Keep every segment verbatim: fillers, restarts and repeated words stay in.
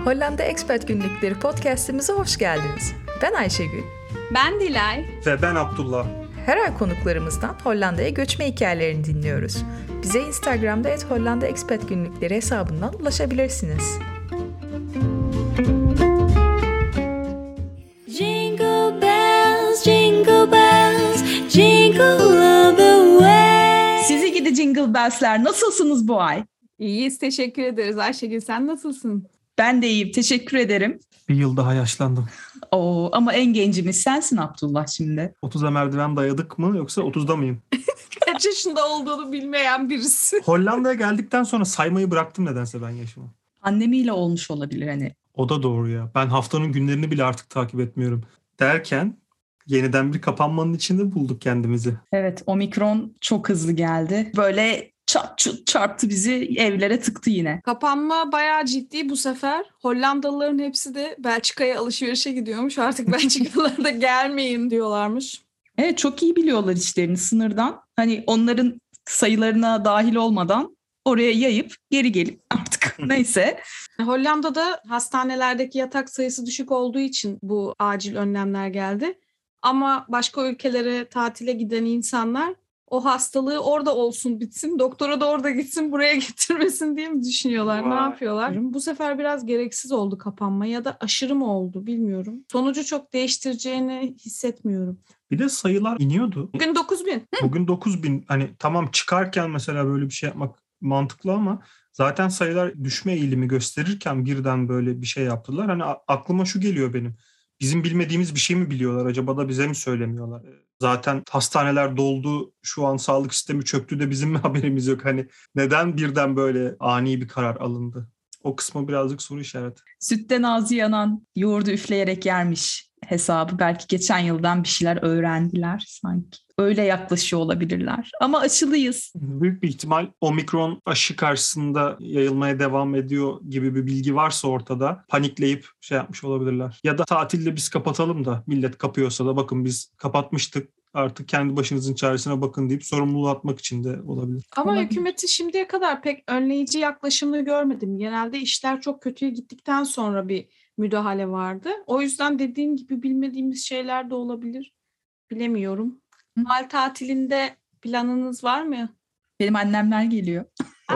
Hollanda Expat Günlükleri podcast'imize hoş geldiniz. Ben Ayşegül. Ben Dilay. Ve ben Abdullah. Her ay konuklarımızdan Hollanda'ya göçme hikayelerini dinliyoruz. Bize Instagram'da et Hollanda Expat Günlükleri hesabından ulaşabilirsiniz. Jingle bells, jingle bells, jingle all the way. Sizi gidi Jingle Bells'ler, nasılsınız bu ay? İyiyiz, teşekkür ederiz. Ayşegül, sen nasılsın? Ben de iyiyim, teşekkür ederim. Bir yıl daha yaşlandım. Oo, ama en gencimiz sensin Abdullah şimdi. otuza merdiven dayadık mı yoksa otuzda mıyım? Kaç yaşında olduğunu bilmeyen birisi. Hollanda'ya geldikten sonra saymayı bıraktım nedense ben yaşımı. Annemiyle olmuş olabilir hani. O da doğru ya. Ben haftanın günlerini bile artık takip etmiyorum. Derken yeniden bir kapanmanın içinde bulduk kendimizi. Evet, omikron çok hızlı geldi. Böyle çat çut çarptı bizi, evlere tıktı yine. Kapanma bayağı ciddi bu sefer. Hollandalıların hepsi de Belçika'ya alışverişe gidiyormuş. Artık Belçikalılar da gelmeyin diyorlarmış. Evet, çok iyi biliyorlar işlerini sınırdan. Hani onların sayılarına dahil olmadan oraya yayıp geri gelip artık neyse. Hollanda'da hastanelerdeki yatak sayısı düşük olduğu için bu acil önlemler geldi. Ama başka ülkelere tatile giden insanlar o hastalığı orada olsun bitsin, doktora da orada gitsin, buraya getirmesin diye mi düşünüyorlar? Vay. Ne yapıyorlar? Bu sefer biraz gereksiz oldu kapanma ya da aşırı mı oldu bilmiyorum. Sonucu çok değiştireceğini hissetmiyorum. Bir de sayılar iniyordu. Bugün dokuz bin. Bugün dokuz bin. Hani tamam çıkarken mesela böyle bir şey yapmak mantıklı ama zaten sayılar düşme eğilimi gösterirken birden böyle bir şey yaptılar. Hani aklıma şu geliyor benim. Bizim bilmediğimiz bir şey mi biliyorlar? Acaba da bize mi söylemiyorlar? Zaten hastaneler doldu, şu an sağlık sistemi çöktü de bizim mi haberimiz yok? Hani neden birden böyle ani bir karar alındı? O kısmı birazcık soru işareti. Sütten ağzı yanan yoğurdu üfleyerek yermiş hesabı. Belki geçen yıldan bir şeyler öğrendiler sanki. Öyle yaklaşıyor olabilirler. Ama aşılıyız. Büyük bir ihtimal omikron aşı karşısında yayılmaya devam ediyor gibi bir bilgi varsa ortada panikleyip şey yapmış olabilirler. Ya da tatilde biz kapatalım da millet kapıyorsa da bakın biz kapatmıştık artık kendi başınızın çaresine bakın deyip sorumluluğu atmak için de olabilir. Ama olabilir. Hükümeti şimdiye kadar pek önleyici yaklaşımını görmedim. Genelde işler çok kötüye gittikten sonra bir müdahale vardı. O yüzden dediğin gibi bilmediğimiz şeyler de olabilir. Bilemiyorum. Mal tatilinde planınız var mı? Benim annemler geliyor.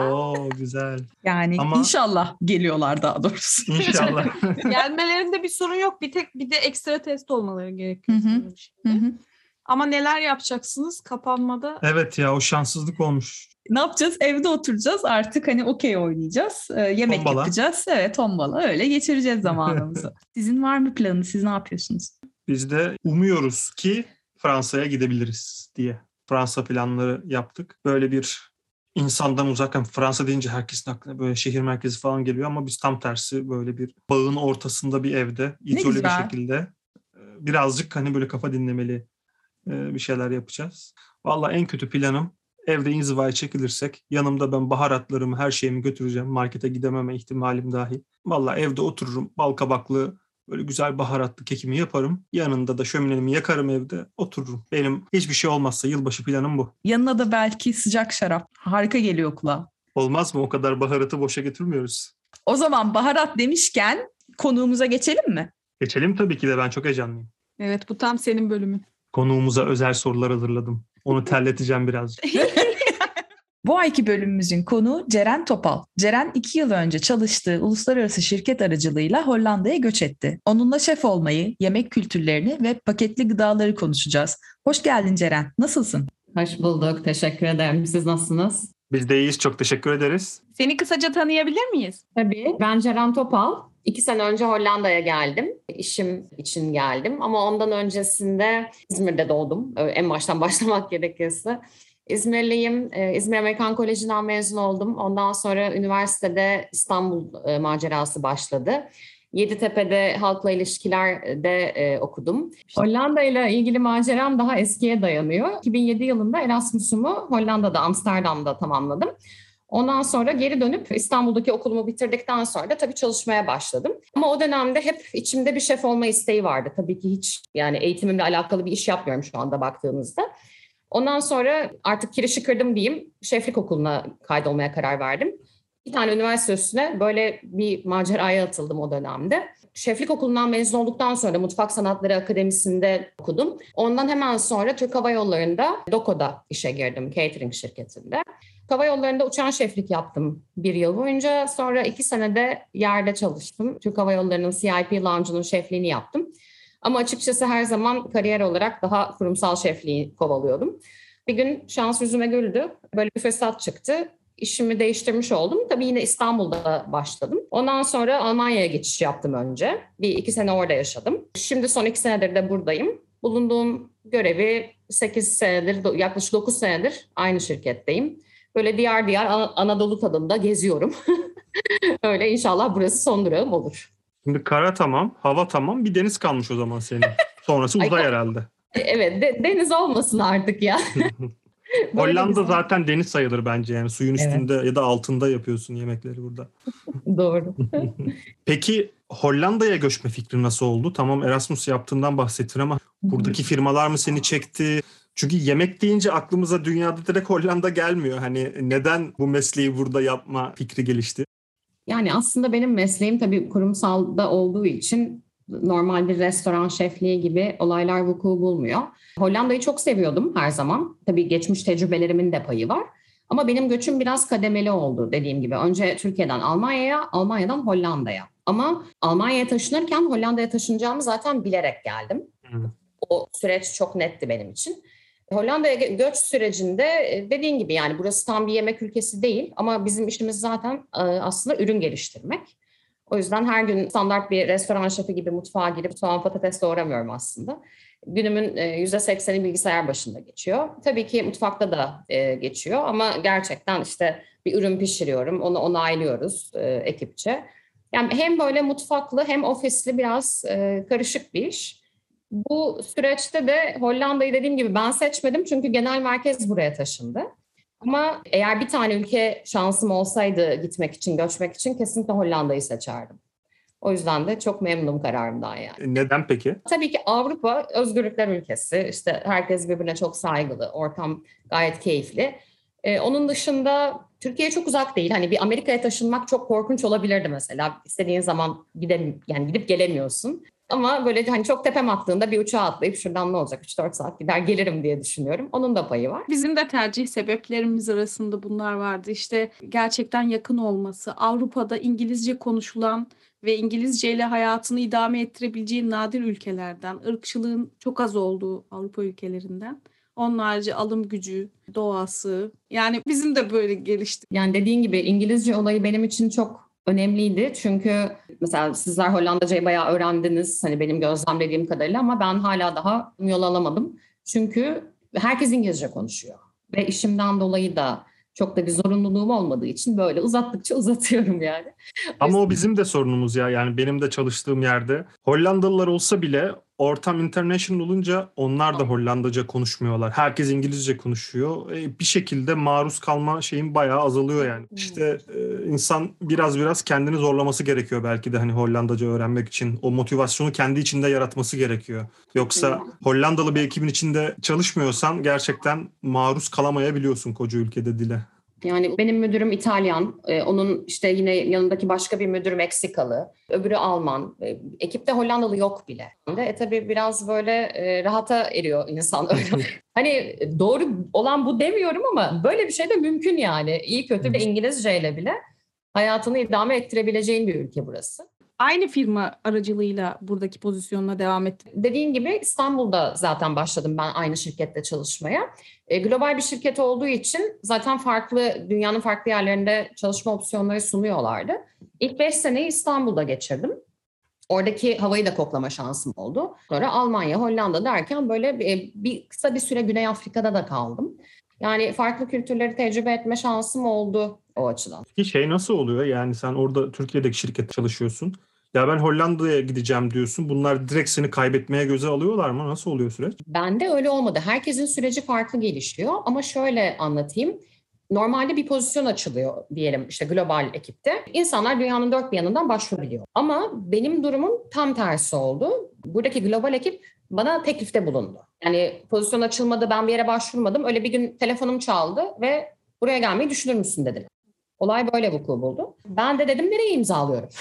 Oo güzel. Yani Ama... inşallah geliyorlar daha doğrusu. İnşallah. Gelmelerinde bir sorun yok. Bir tek bir de ekstra test olmaları gerekiyor. Hı hı. Hı hı. Ama neler yapacaksınız kapanmada? Evet ya o şanssızlık olmuş. Ne yapacağız? Evde oturacağız. Artık hani okey oynayacağız. Ee, yemek tombala. Yapacağız. Evet tombala. Öyle geçireceğiz zamanımızı. Sizin var mı planınız? Siz ne yapıyorsunuz? Biz de umuyoruz ki Fransa'ya gidebiliriz diye Fransa planları yaptık. Böyle bir insandan uzak, yani Fransa deyince herkesin aklına böyle şehir merkezi falan geliyor ama biz tam tersi böyle bir bağın ortasında bir evde izole bir şekilde birazcık hani böyle kafa dinlemeli bir şeyler yapacağız. Vallahi en kötü planım evde inzivaya çekilirsek yanımda ben baharatlarımı her şeyimi götüreceğim. Markete gidememe ihtimalim dahi. Vallahi evde otururum bal kabaklı böyle güzel baharatlı kekimi yaparım. Yanında da şöminemi yakarım evde otururum. Benim hiçbir şey olmazsa yılbaşı planım bu. Yanına da belki sıcak şarap. Harika geliyor kulağa. Olmaz mı? O kadar baharatı boşa getirmiyoruz. O zaman baharat demişken konuğumuza geçelim mi? Geçelim tabii ki de, ben çok heyecanlıyım. Evet, bu tam senin bölümün. Konuğumuza özel sorular hazırladım. Onu terleteceğim birazcık. Bu ayki bölümümüzün konuğu Ceren Topal. Ceren iki yıl önce çalıştığı uluslararası şirket aracılığıyla Hollanda'ya göç etti. Onunla şef olmayı, yemek kültürlerini ve paketli gıdaları konuşacağız. Hoş geldin Ceren. Nasılsın? Hoş bulduk. Teşekkür ederim. Siz nasılsınız? Biz de iyiyiz. Çok teşekkür ederiz. Seni kısaca tanıyabilir miyiz? Tabii. Ben Ceren Topal. İki sene önce Hollanda'ya geldim. İşim için geldim. Ama ondan öncesinde İzmir'de doğdum. En baştan başlamak gerekirse. İzmirliyim. İzmir Amerikan Koleji'nden mezun oldum. Ondan sonra üniversitede İstanbul e, macerası başladı. Yeditepe'de halkla ilişkilerde e, okudum. Hollanda ile ilgili maceram daha eskiye dayanıyor. iki bin yedi yılında Erasmus'umu Hollanda'da, Amsterdam'da tamamladım. Ondan sonra geri dönüp İstanbul'daki okulumu bitirdikten sonra da tabii çalışmaya başladım. Ama o dönemde hep içimde bir şef olma isteği vardı. Tabii ki hiç yani eğitimimle alakalı bir iş yapmıyorum şu anda baktığınızda. Ondan sonra artık kirişi kırdım diyeyim, şeflik okuluna kaydolmaya karar verdim. iki tane üniversite üstüne böyle bir maceraya atıldım o dönemde. Şeflik okulundan mezun olduktan sonra Mutfak Sanatları Akademisi'nde okudum. Ondan hemen sonra Türk Hava Yolları'nda DOCO'da işe girdim, catering şirketinde. Türk Hava Yolları'nda uçan şeflik yaptım bir yıl boyunca. Sonra iki senede yerde çalıştım. Türk Hava Yolları'nın C I P Lounge'unun şefliğini yaptım. Ama açıkçası her zaman kariyer olarak daha kurumsal şefliği kovalıyordum. Bir gün şans yüzüme güldü. Böyle bir fırsat çıktı. İşimi değiştirmiş oldum. Tabii yine İstanbul'da başladım. Ondan sonra Almanya'ya geçiş yaptım önce. Bir iki sene orada yaşadım. Şimdi son iki senedir de buradayım. Bulunduğum görevi sekiz senedir, yaklaşık dokuz senedir aynı şirketteyim. Böyle diyar diyar An- Anadolu tadında geziyorum. Öyle inşallah burası son durağım olur. Şimdi kara tamam, hava tamam. Bir deniz kalmış o zaman senin. Sonrası uzay herhalde. Evet, de- deniz olmasın artık ya. Hollanda zaten deniz sayılır bence yani suyun Evet. üstünde ya da altında yapıyorsun yemekleri burada. Doğru. Peki Hollanda'ya göçme fikri nasıl oldu? Tamam Erasmus yaptığından bahsettin ama buradaki firmalar mı seni çekti? Çünkü yemek deyince aklımıza dünyada direkt Hollanda gelmiyor. Hani neden bu mesleği burada yapma fikri gelişti? Yani aslında benim mesleğim tabii kurumsalda olduğu için normal bir restoran şefliği gibi olaylar vuku bulmuyor. Hollanda'yı çok seviyordum her zaman. Tabii geçmiş tecrübelerimin de payı var. Ama benim göçüm biraz kademeli oldu dediğim gibi. Önce Türkiye'den Almanya'ya, Almanya'dan Hollanda'ya. Ama Almanya'ya taşınırken Hollanda'ya taşınacağımı zaten bilerek geldim. Hmm. O süreç çok netti benim için. Hollanda'ya göç sürecinde dediğin gibi yani burası tam bir yemek ülkesi değil ama bizim işimiz zaten aslında ürün geliştirmek. O yüzden her gün standart bir restoran şefi gibi mutfağa girip soğan patates doğramıyorum aslında. Günümün yüzde sekseni bilgisayar başında geçiyor. Tabii ki mutfakta da geçiyor ama gerçekten işte bir ürün pişiriyorum, onu onaylıyoruz ekipçe. Yani hem böyle mutfaklı hem ofisli biraz karışık bir iş. Bu süreçte de Hollanda'yı dediğim gibi ben seçmedim çünkü genel merkez buraya taşındı. Ama eğer bir tane ülke şansım olsaydı gitmek için, göçmek için kesinlikle Hollanda'yı seçerdim. O yüzden de çok memnunum kararımdan yani. Neden peki? Tabii ki Avrupa özgürlükler ülkesi. İşte herkes birbirine çok saygılı, ortam gayet keyifli. Ee, onun dışında Türkiye çok uzak değil. Hani bir Amerika'ya taşınmak çok korkunç olabilirdi mesela. İstediğin zaman gidem, yani gidip gelemiyorsun. Ama böyle hani çok tepem attığında bir uçağa atlayıp şuradan ne olacak üç dört saat gider gelirim diye düşünüyorum. Onun da payı var. Bizim de tercih sebeplerimiz arasında bunlar vardı. İşte gerçekten yakın olması, Avrupa'da İngilizce konuşulan ve İngilizce ile hayatını idame ettirebileceği nadir ülkelerden, ırkçılığın çok az olduğu Avrupa ülkelerinden. Onun harici alım gücü, doğası. Yani bizim de böyle gelişti. Yani dediğin gibi İngilizce olayı benim için çok önemliydi. Çünkü mesela sizler Hollandacayı bayağı öğrendiniz. Hani benim gözlemlediğim kadarıyla ama ben hala daha yol alamadım. Çünkü herkes İngilizce konuşuyor. Ve işimden dolayı da çok da bir zorunluluğum olmadığı için böyle uzattıkça uzatıyorum yani. Ama o bizim de sorunumuz ya. Yani benim de çalıştığım yerde Hollandalılar olsa bile ortam international olunca onlar da Hollandaca konuşmuyorlar. Herkes İngilizce konuşuyor. E, bir şekilde maruz kalma şeyin bayağı azalıyor yani. İşte e, insan biraz biraz kendini zorlaması gerekiyor belki de hani Hollandaca öğrenmek için. O motivasyonu kendi içinde yaratması gerekiyor. Yoksa Hollandalı bir ekibin içinde çalışmıyorsan gerçekten maruz kalamayabiliyorsun koca ülkede dile. Yani benim müdürüm İtalyan, ee, onun işte yine yanındaki başka bir müdür Meksikalı, öbürü Alman, ee, ekipte Hollandalı yok bile. E tabii biraz böyle e, rahata eriyor insan öyle. Hani doğru olan bu demiyorum ama böyle bir şey de mümkün yani. İyi kötü ve İngilizceyle bile hayatını idame ettirebileceğin bir ülke burası. Aynı firma aracılığıyla buradaki pozisyonuna devam ettim. Dediğin gibi İstanbul'da zaten başladım ben aynı şirkette çalışmaya. E, global bir şirket olduğu için zaten farklı dünyanın farklı yerlerinde çalışma opsiyonları sunuyorlardı. İlk beş seneyi İstanbul'da geçirdim. Oradaki havayı da koklama şansım oldu. Sonra Almanya, Hollanda derken böyle bir, bir kısa bir süre Güney Afrika'da da kaldım. Yani farklı kültürleri tecrübe etme şansım oldu o açıdan. Peki şey nasıl oluyor? Yani sen orada Türkiye'deki şirkette çalışıyorsun. Ya ben Hollanda'ya gideceğim diyorsun. Bunlar direkt seni kaybetmeye göze alıyorlar mı? Nasıl oluyor süreç? Bende öyle olmadı. Herkesin süreci farklı gelişiyor ama şöyle anlatayım. Normalde bir pozisyon açılıyor diyelim işte global ekipte. İnsanlar dünyanın dört bir yanından başvurabiliyor. Ama benim durumum tam tersi oldu. Buradaki global ekip bana teklifte bulundu. Yani pozisyon açılmadı, ben bir yere başvurmadım. Öyle bir gün telefonum çaldı ve buraya gelmeyi düşünür müsün dediler. Olay böyle vuku buldu. Ben de dedim nereye imzalıyorum?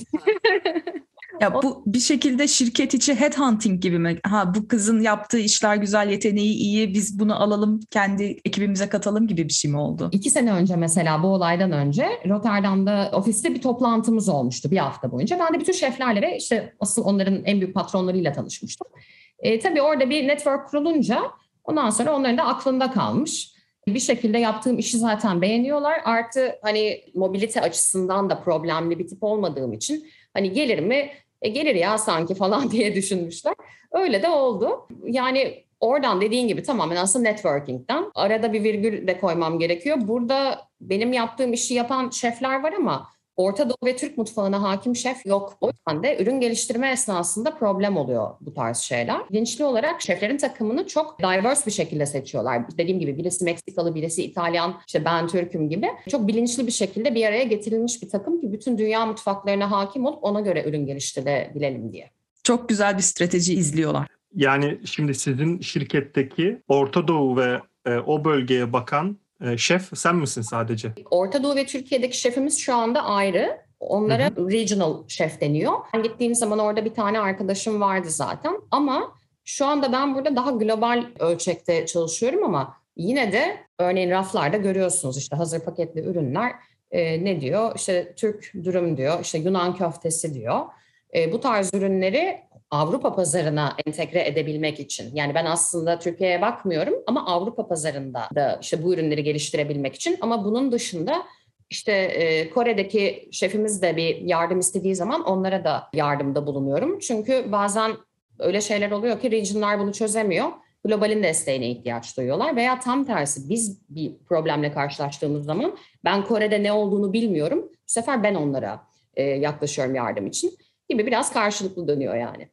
Ya bu bir şekilde şirket içi headhunting gibi mi? Ha, bu kızın yaptığı işler güzel, yeteneği iyi, biz bunu alalım, kendi ekibimize katalım gibi bir şey mi oldu? İki sene önce mesela bu olaydan önce Rotterdam'da ofiste bir toplantımız olmuştu bir hafta boyunca. Ben de bütün şeflerle ve işte asıl onların en büyük patronlarıyla tanışmıştım. E, tabii orada bir network kurulunca ondan sonra onların da aklında kalmış. Bir şekilde yaptığım işi zaten beğeniyorlar. Artı hani mobilite açısından da problemli bir tip olmadığım için hani gelir mi? E, gelir ya sanki falan diye düşünmüşler. Öyle de oldu. Yani oradan dediğin gibi tamamen aslında networking'den. Arada bir virgül de koymam gerekiyor. Burada benim yaptığım işi yapan şefler var ama Orta Doğu ve Türk mutfağına hakim şef yok. O yüzden de ürün geliştirme esnasında problem oluyor bu tarz şeyler. Bilinçli olarak şeflerin takımını çok diverse bir şekilde seçiyorlar. Dediğim gibi birisi Meksikalı, birisi İtalyan, işte ben Türk'üm gibi. Çok bilinçli bir şekilde bir araya getirilmiş bir takım ki bütün dünya mutfaklarına hakim olup ona göre ürün geliştirebilelim diye. Çok güzel bir strateji izliyorlar. Yani şimdi sizin şirketteki Orta Doğu ve e, o bölgeye bakan e, şef sen misin sadece? Orta Doğu ve Türkiye'deki şefimiz şu anda ayrı. Onlara hı hı. regional şef deniyor. Ben gittiğim zaman orada bir tane arkadaşım vardı zaten. Ama şu anda ben burada daha global ölçekte çalışıyorum ama yine de örneğin raflarda görüyorsunuz işte hazır paketli ürünler e, ne diyor? İşte Türk dürüm diyor, işte Yunan köftesi diyor. E, bu tarz ürünleri Avrupa pazarına entegre edebilmek için. Yani ben aslında Türkiye'ye bakmıyorum ama Avrupa pazarında da işte bu ürünleri geliştirebilmek için. Ama bunun dışında işte e, Kore'deki şefimiz de bir yardım istediği zaman onlara da yardımda bulunuyorum. Çünkü bazen öyle şeyler oluyor ki regionlar bunu çözemiyor. Globalin desteğine ihtiyaç duyuyorlar veya tam tersi biz bir problemle karşılaştığımız zaman ben Kore'de ne olduğunu bilmiyorum. Bu sefer ben onlara e, yaklaşıyorum yardım için gibi biraz karşılıklı dönüyor yani.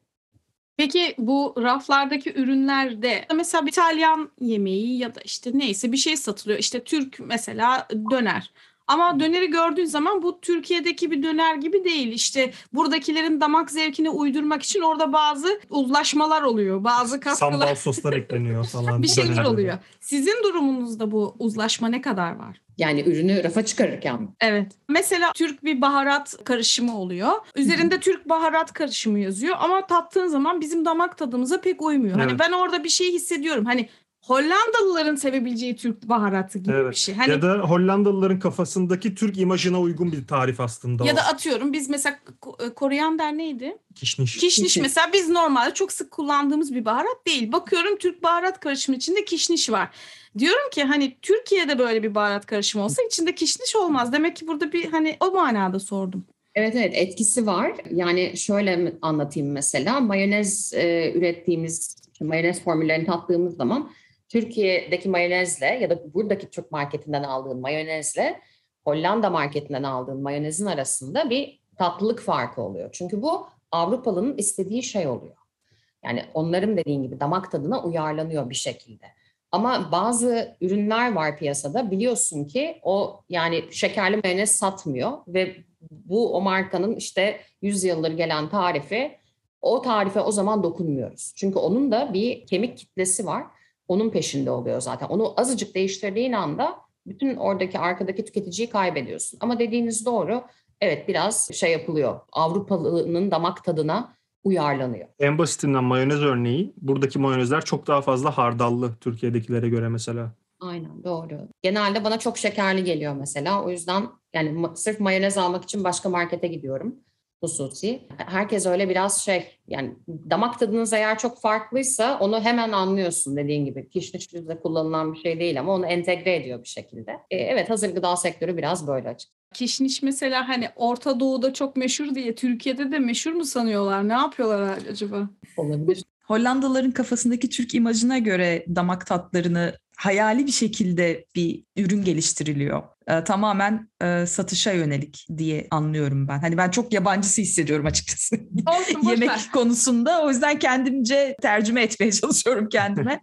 Peki bu raflardaki ürünlerde mesela İtalyan yemeği ya da işte neyse bir şey satılıyor. İşte Türk mesela döner. Ama döneri gördüğün zaman bu Türkiye'deki bir döner gibi değil. İşte buradakilerin damak zevkine uydurmak için orada bazı uzlaşmalar oluyor. Bazı katkılar. Sambal soslar ekleniyor falan. Bir şeyler oluyor. Sizin durumunuzda bu uzlaşma ne kadar var? Yani ürünü rafa çıkarırken mi? Evet. Mesela Türk bir baharat karışımı oluyor. Üzerinde Türk baharat karışımı yazıyor ama tattığın zaman bizim damak tadımıza pek uymuyor. Evet. Hani ben orada bir şey hissediyorum. Hani Hollandalıların sevebileceği Türk baharatı gibi Evet. bir şey. Hani ya da Hollandalıların kafasındaki Türk imajına uygun bir tarif aslında. ya o. da atıyorum biz mesela koriander neydi? Kişniş. Kişniş mesela biz normalde çok sık kullandığımız bir baharat değil. Bakıyorum Türk baharat karışımı içinde kişniş var. Diyorum ki hani Türkiye'de böyle bir baharat karışımı olsa içinde kişniş olmaz. Demek ki burada bir hani o manada sordum. Evet evet etkisi var. Yani şöyle anlatayım mesela mayonez e, ürettiğimiz mayonez formüllerini tattığımız zaman Türkiye'deki mayonezle ya da buradaki Türk marketinden aldığın mayonezle Hollanda marketinden aldığın mayonezin arasında bir tatlılık farkı oluyor. Çünkü bu Avrupalı'nın istediği şey oluyor. Yani onların dediğin gibi damak tadına uyarlanıyor bir şekilde. Ama bazı ürünler var piyasada biliyorsun ki o yani şekerli mayonez satmıyor ve bu o markanın işte yüz yıldır gelen tarifi o tarife o zaman dokunmuyoruz. Çünkü onun da bir kemik kitlesi var. Onun peşinde oluyor zaten. Onu azıcık değiştirdiğin anda bütün oradaki arkadaki tüketiciyi kaybediyorsun. Ama dediğiniz doğru. Evet biraz şey yapılıyor. Avrupalı'nın damak tadına uyarlanıyor. En basitinden mayonez örneği. Buradaki mayonezler çok daha fazla hardallı Türkiye'dekilere göre mesela. Aynen doğru. Genelde bana çok şekerli geliyor mesela. O yüzden yani ma- sırf mayonez almak için başka markete gidiyorum. Hususi. Herkes öyle biraz şey yani damak tadınız eğer çok farklıysa onu hemen anlıyorsun dediğin gibi. Kişniş bizde kullanılan bir şey değil ama onu entegre ediyor bir şekilde. E, evet hazır gıda sektörü biraz böyle açık. Kişniş mesela hani Orta Doğu'da çok meşhur diye Türkiye'de de meşhur mu sanıyorlar? Ne yapıyorlar acaba? Olabilir. Hollandalıların kafasındaki Türk imajına göre damak tatlarını hayali bir şekilde bir ürün geliştiriliyor. Ee, tamamen e, satışa yönelik diye anlıyorum ben. Hani ben çok yabancısı hissediyorum açıkçası. Olsun, boş Yemek ver. konusunda. O yüzden kendimce tercüme etmeye çalışıyorum kendime.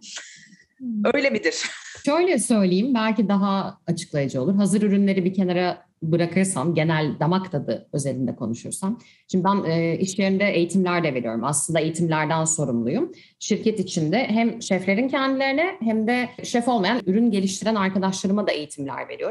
Öyle midir? Şöyle söyleyeyim belki daha açıklayıcı olur. Hazır ürünleri bir kenara bırakırsam, genel damak tadı özelinde konuşursam. Şimdi ben e, iş yerinde eğitimler de veriyorum. Aslında eğitimlerden sorumluyum. Şirket içinde hem şeflerin kendilerine hem de şef olmayan ürün geliştiren arkadaşlarıma da eğitimler veriyorum.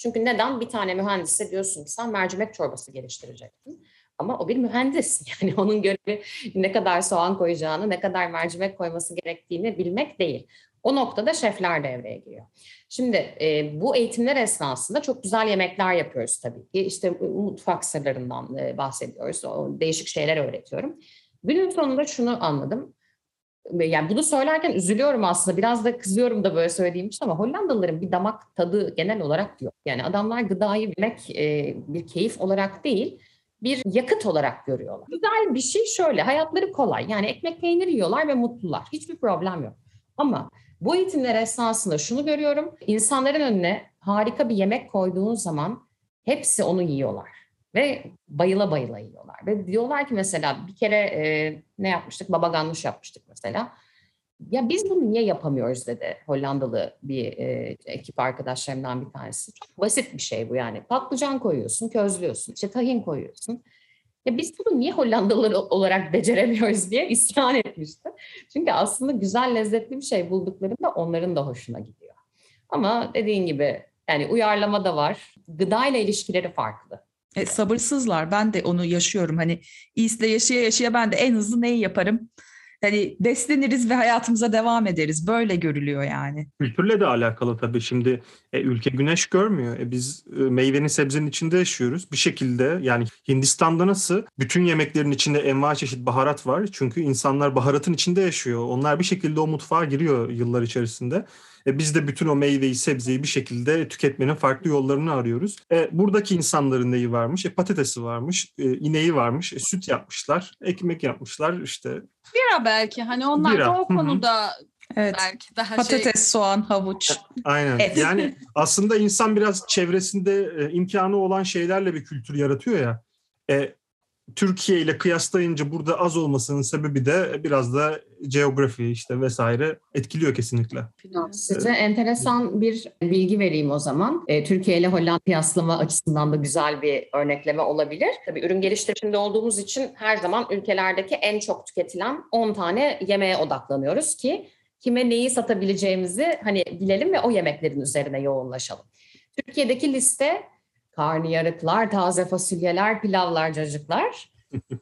Çünkü neden? Bir tane mühendise diyorsun ki sen mercimek çorbası geliştireceksin. Ama o bir mühendis. Yani onun görevi ne kadar soğan koyacağını, ne kadar mercimek koyması gerektiğini bilmek değil. O noktada şefler devreye giriyor. Şimdi e, bu eğitimler esnasında çok güzel yemekler yapıyoruz tabii ki. İşte mutfak sırlarından e, bahsediyoruz. O değişik şeyler öğretiyorum. Günün sonunda şunu anladım. Yani bunu söylerken üzülüyorum aslında. Biraz da kızıyorum da böyle söylediğim için ama Hollandalıların bir damak tadı genel olarak yok. Yani adamlar gıdayı yemek e, bir keyif olarak değil, bir yakıt olarak görüyorlar. Güzel bir şey şöyle, hayatları kolay. Yani ekmek peynir yiyorlar ve mutlular. Hiçbir problem yok. Ama bu eğitimler esnasında şunu görüyorum. İnsanların önüne harika bir yemek koyduğun zaman hepsi onu yiyorlar. Ve bayıla bayıla yiyorlar. Ve diyorlar ki mesela bir kere e, ne yapmıştık? Baba ganoush yapmıştık mesela. Ya biz bunu niye yapamıyoruz dedi Hollandalı bir e, ekip arkadaşlarımdan bir tanesi. Çok basit bir şey bu yani. Patlıcan koyuyorsun, közlüyorsun, işte tahin koyuyorsun. Ya biz bunu niye Hollandalılar olarak beceremiyoruz diye isyan etmişti. Çünkü aslında güzel, lezzetli bir şey bulduklarında onların da hoşuna gidiyor. Ama dediğin gibi yani uyarlama da var. Gıdayla ilişkileri farklı. E, sabırsızlar. Ben de onu yaşıyorum. Hani İS'le yaşaya yaşaya ben de en hızlı neyi yaparım? Hani besleniriz ve hayatımıza devam ederiz. Böyle görülüyor yani. Kültürle de alakalı tabii. Şimdi e, ülke güneş görmüyor. E, biz e, meyvenin sebzenin içinde yaşıyoruz. Bir şekilde yani Hindistan'da nasıl bütün yemeklerin içinde envai çeşit baharat var. Çünkü insanlar baharatın içinde yaşıyor. Onlar bir şekilde o mutfağa giriyor yıllar içerisinde. E, biz de bütün o meyveyi, sebzeyi bir şekilde tüketmenin farklı yollarını arıyoruz. E, buradaki insanların neyi varmış? E, patatesi varmış, e, ineği varmış, e, süt yapmışlar, ekmek yapmışlar işte. Bira belki hani onlar Bira. da o Hı hı. konuda Evet. belki daha Patates, şey. soğan, havuç. Aynen. Evet. Yani aslında insan biraz çevresinde e, imkanı olan şeylerle bir kültür yaratıyor ya. E, Türkiye ile kıyaslayınca burada az olmasının sebebi de biraz da coğrafi işte vesaire etkiliyor kesinlikle. Size enteresan bir bilgi vereyim o zaman. E, Türkiye ile Hollanda kıyaslama açısından da güzel bir örnekleme olabilir. Tabii ürün geliştirmesinde olduğumuz için her zaman ülkelerdeki en çok tüketilen on tane yemeğe odaklanıyoruz ki kime neyi satabileceğimizi hani bilelim ve o yemeklerin üzerine yoğunlaşalım. Türkiye'deki liste karnıyarıklar, taze fasulyeler, pilavlar, cacıklar.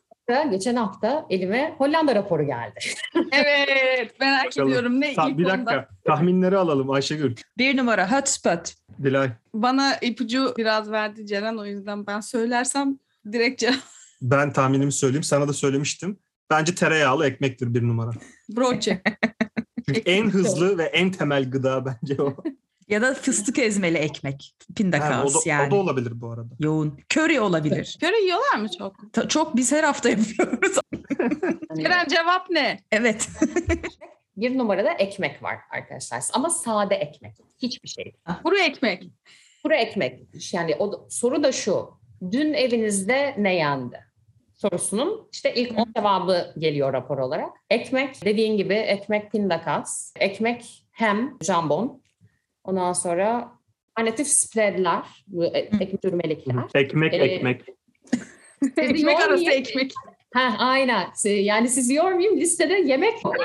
Geçen hafta elime Hollanda raporu geldi. Evet, merak Bakalım. ediyorum ne Ta- ilk bir onda. dakika tahminleri alalım Ayşegül. Bir numara hotspot. Dilay. Bana ipucu biraz verdi Ceren, o yüzden ben söylersem direkt cevap. Ben tahminimi söyleyeyim. Sana da söylemiştim. Bence tereyağlı ekmektir bir numara. Broçe. Çünkü en hızlı ve en temel gıda bence o. Ya da fıstık ezmeli ekmek. Ha, o, Pindakas da, yani. o da olabilir bu arada. Yoğun. Köri olabilir. Köre yiyorlar mı çok? Ta- Çok biz her hafta yapıyoruz. Hani Ceren cevap ne? Evet. bir numarada ekmek var arkadaşlar. Ama sade ekmek. Hiçbir şey. Kuru ekmek. Kuru ekmek. Yani o soru da şu. Dün evinizde ne yendi? Sorusunun işte ilk on cevabı geliyor rapor olarak. Ekmek, dediğin gibi ekmek pindakas, ekmek hem jambon. Ondan sonra alternatif spreadler, bu ekmek sürmelikler. Ekmek Ee, ekmek. Ekmek arası yormayayım. ekmek. Ha, aynen. Yani sizi yormayayım, listede yemek var.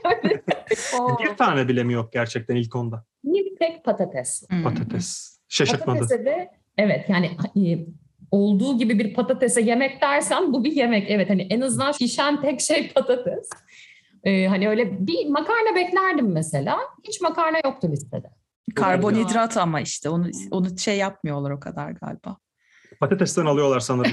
Bir tane bile mi yok gerçekten ilk onda? Bir tek patates. Hmm. Patates. Şaşırtmadı. Patatese de evet yani e, olduğu gibi bir patatese yemek dersen bu bir yemek. Evet hani en azından şişen tek şey patates. Ee, hani öyle bir makarna beklerdim mesela. Hiç makarna yoktu listede. Karbonhidrat ama işte onu onu şey yapmıyorlar o kadar galiba. Patatesten alıyorlar sanırım.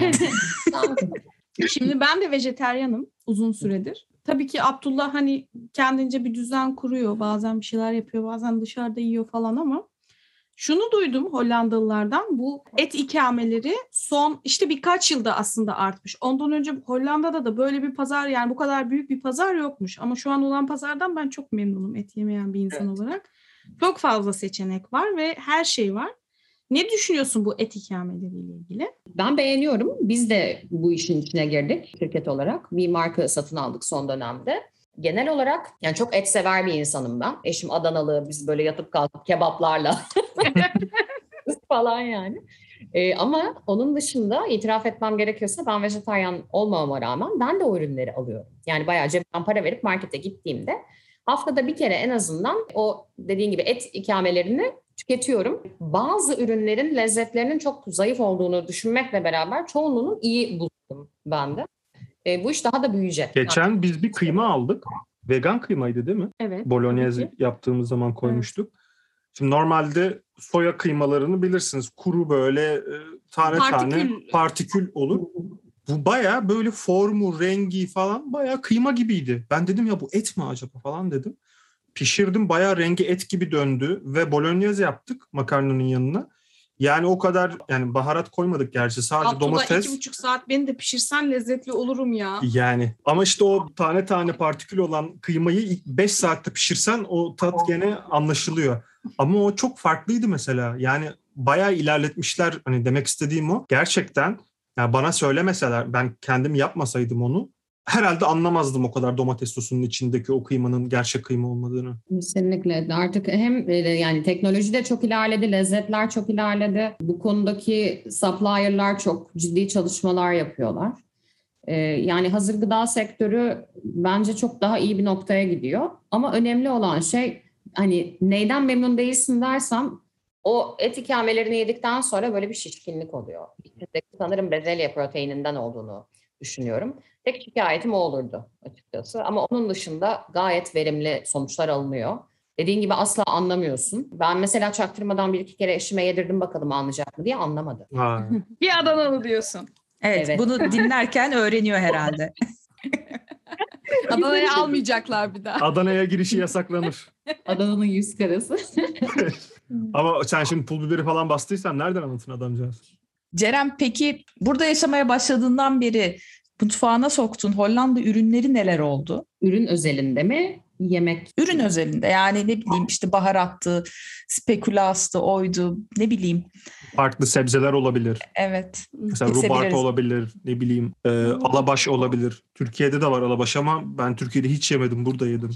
Şimdi ben de vejeteryanım uzun süredir. Tabii ki Abdullah hani kendince bir düzen kuruyor. Bazen bir şeyler yapıyor, bazen dışarıda yiyor falan ama şunu duydum Hollandalılardan, bu et ikameleri son işte birkaç yılda aslında artmış. Ondan önce Hollanda'da da böyle bir pazar, yani bu kadar büyük bir pazar yokmuş. Ama şu an olan pazardan ben çok memnunum et yemeyen bir insan Evet. olarak. Çok fazla seçenek var ve her şey var. Ne düşünüyorsun bu et ikameleriyle ilgili? Ben beğeniyorum. Biz de bu işin içine girdik şirket olarak. Bir marka satın aldık son dönemde. Genel olarak yani çok et sever bir insanım ben. Eşim Adanalı, biz böyle yatıp kalkıp kebaplarla falan yani. Ee, ama onun dışında itiraf etmem gerekiyorsa ben vejetaryen olmamama rağmen ben de o ürünleri alıyorum. Yani bayağı cebimden para verip markete gittiğimde haftada bir kere en azından o dediğin gibi et ikamelerini tüketiyorum. Bazı ürünlerin lezzetlerinin çok zayıf olduğunu düşünmekle beraber çoğunluğunu iyi buldum ben de. E, bu iş daha da büyüyecek. Geçen biz bir kıyma aldık. Vegan kıymaydı değil mi? Evet. Bolognese tabii ki. yaptığımız zaman koymuştuk. Şimdi normalde soya kıymalarını bilirsiniz. Kuru böyle e, tane tane Partikül. partikül olur. Bu bayağı böyle formu, rengi falan bayağı kıyma gibiydi. Ben dedim ya bu et mi acaba falan dedim. Pişirdim, bayağı rengi et gibi döndü ve bolognese yaptık makarnanın yanına. Yani o kadar, yani baharat koymadık gerçi, sadece Abdullah domates. iki buçuk saat beni de pişirsen lezzetli olurum ya. Yani ama işte o tane tane partikül olan kıymayı beş saatte pişirsen o tat gene anlaşılıyor. Ama o çok farklıydı mesela. Yani bayağı ilerletmişler, hani demek istediğim o. Gerçekten yani bana söylemeseler, ben kendim yapmasaydım onu herhalde anlamazdım o kadar domates sosunun içindeki o kıymanın gerçek kıyma olmadığını. Kesinlikle. Artık hem e, yani teknoloji de çok ilerledi, lezzetler çok ilerledi. Bu konudaki supplier'lar çok ciddi çalışmalar yapıyorlar. Ee, yani hazır gıda sektörü bence çok daha iyi bir noktaya gidiyor. Ama önemli olan şey, hani neyden memnun değilsin dersem, o et ikamelerini yedikten sonra böyle bir şişkinlik oluyor. Sanırım bezelye proteininden olduğunu düşünüyorum. Tek şikayetim o olurdu açıkçası. Ama onun dışında gayet verimli sonuçlar alınıyor. Dediğin gibi asla anlamıyorsun. Ben mesela çaktırmadan bir iki kere eşime yedirdim, bakalım anlayacak mı diye, anlamadı. Ha. Bir Adanalı diyorsun. Evet, Evet. bunu dinlerken öğreniyor herhalde. Adana'ya almayacaklar bir daha. Adana'ya girişi yasaklanır. Adana'nın yüz karası. Ama sen şimdi pul biberi falan bastıysan nereden anlatın adamcağız? Ceren, peki burada yaşamaya başladığından beri mutfağına soktuğun Hollanda ürünleri neler oldu? Ürün özelinde mi? Yemek. Ürün özelinde, yani ne bileyim işte baharattı, spekulastı, oydu, ne bileyim. Farklı sebzeler olabilir. Evet. Mesela Kesebiliriz. rubarta olabilir, ne bileyim e, alabaş olabilir. Türkiye'de de var alabaş ama ben Türkiye'de hiç yemedim, burada yedim.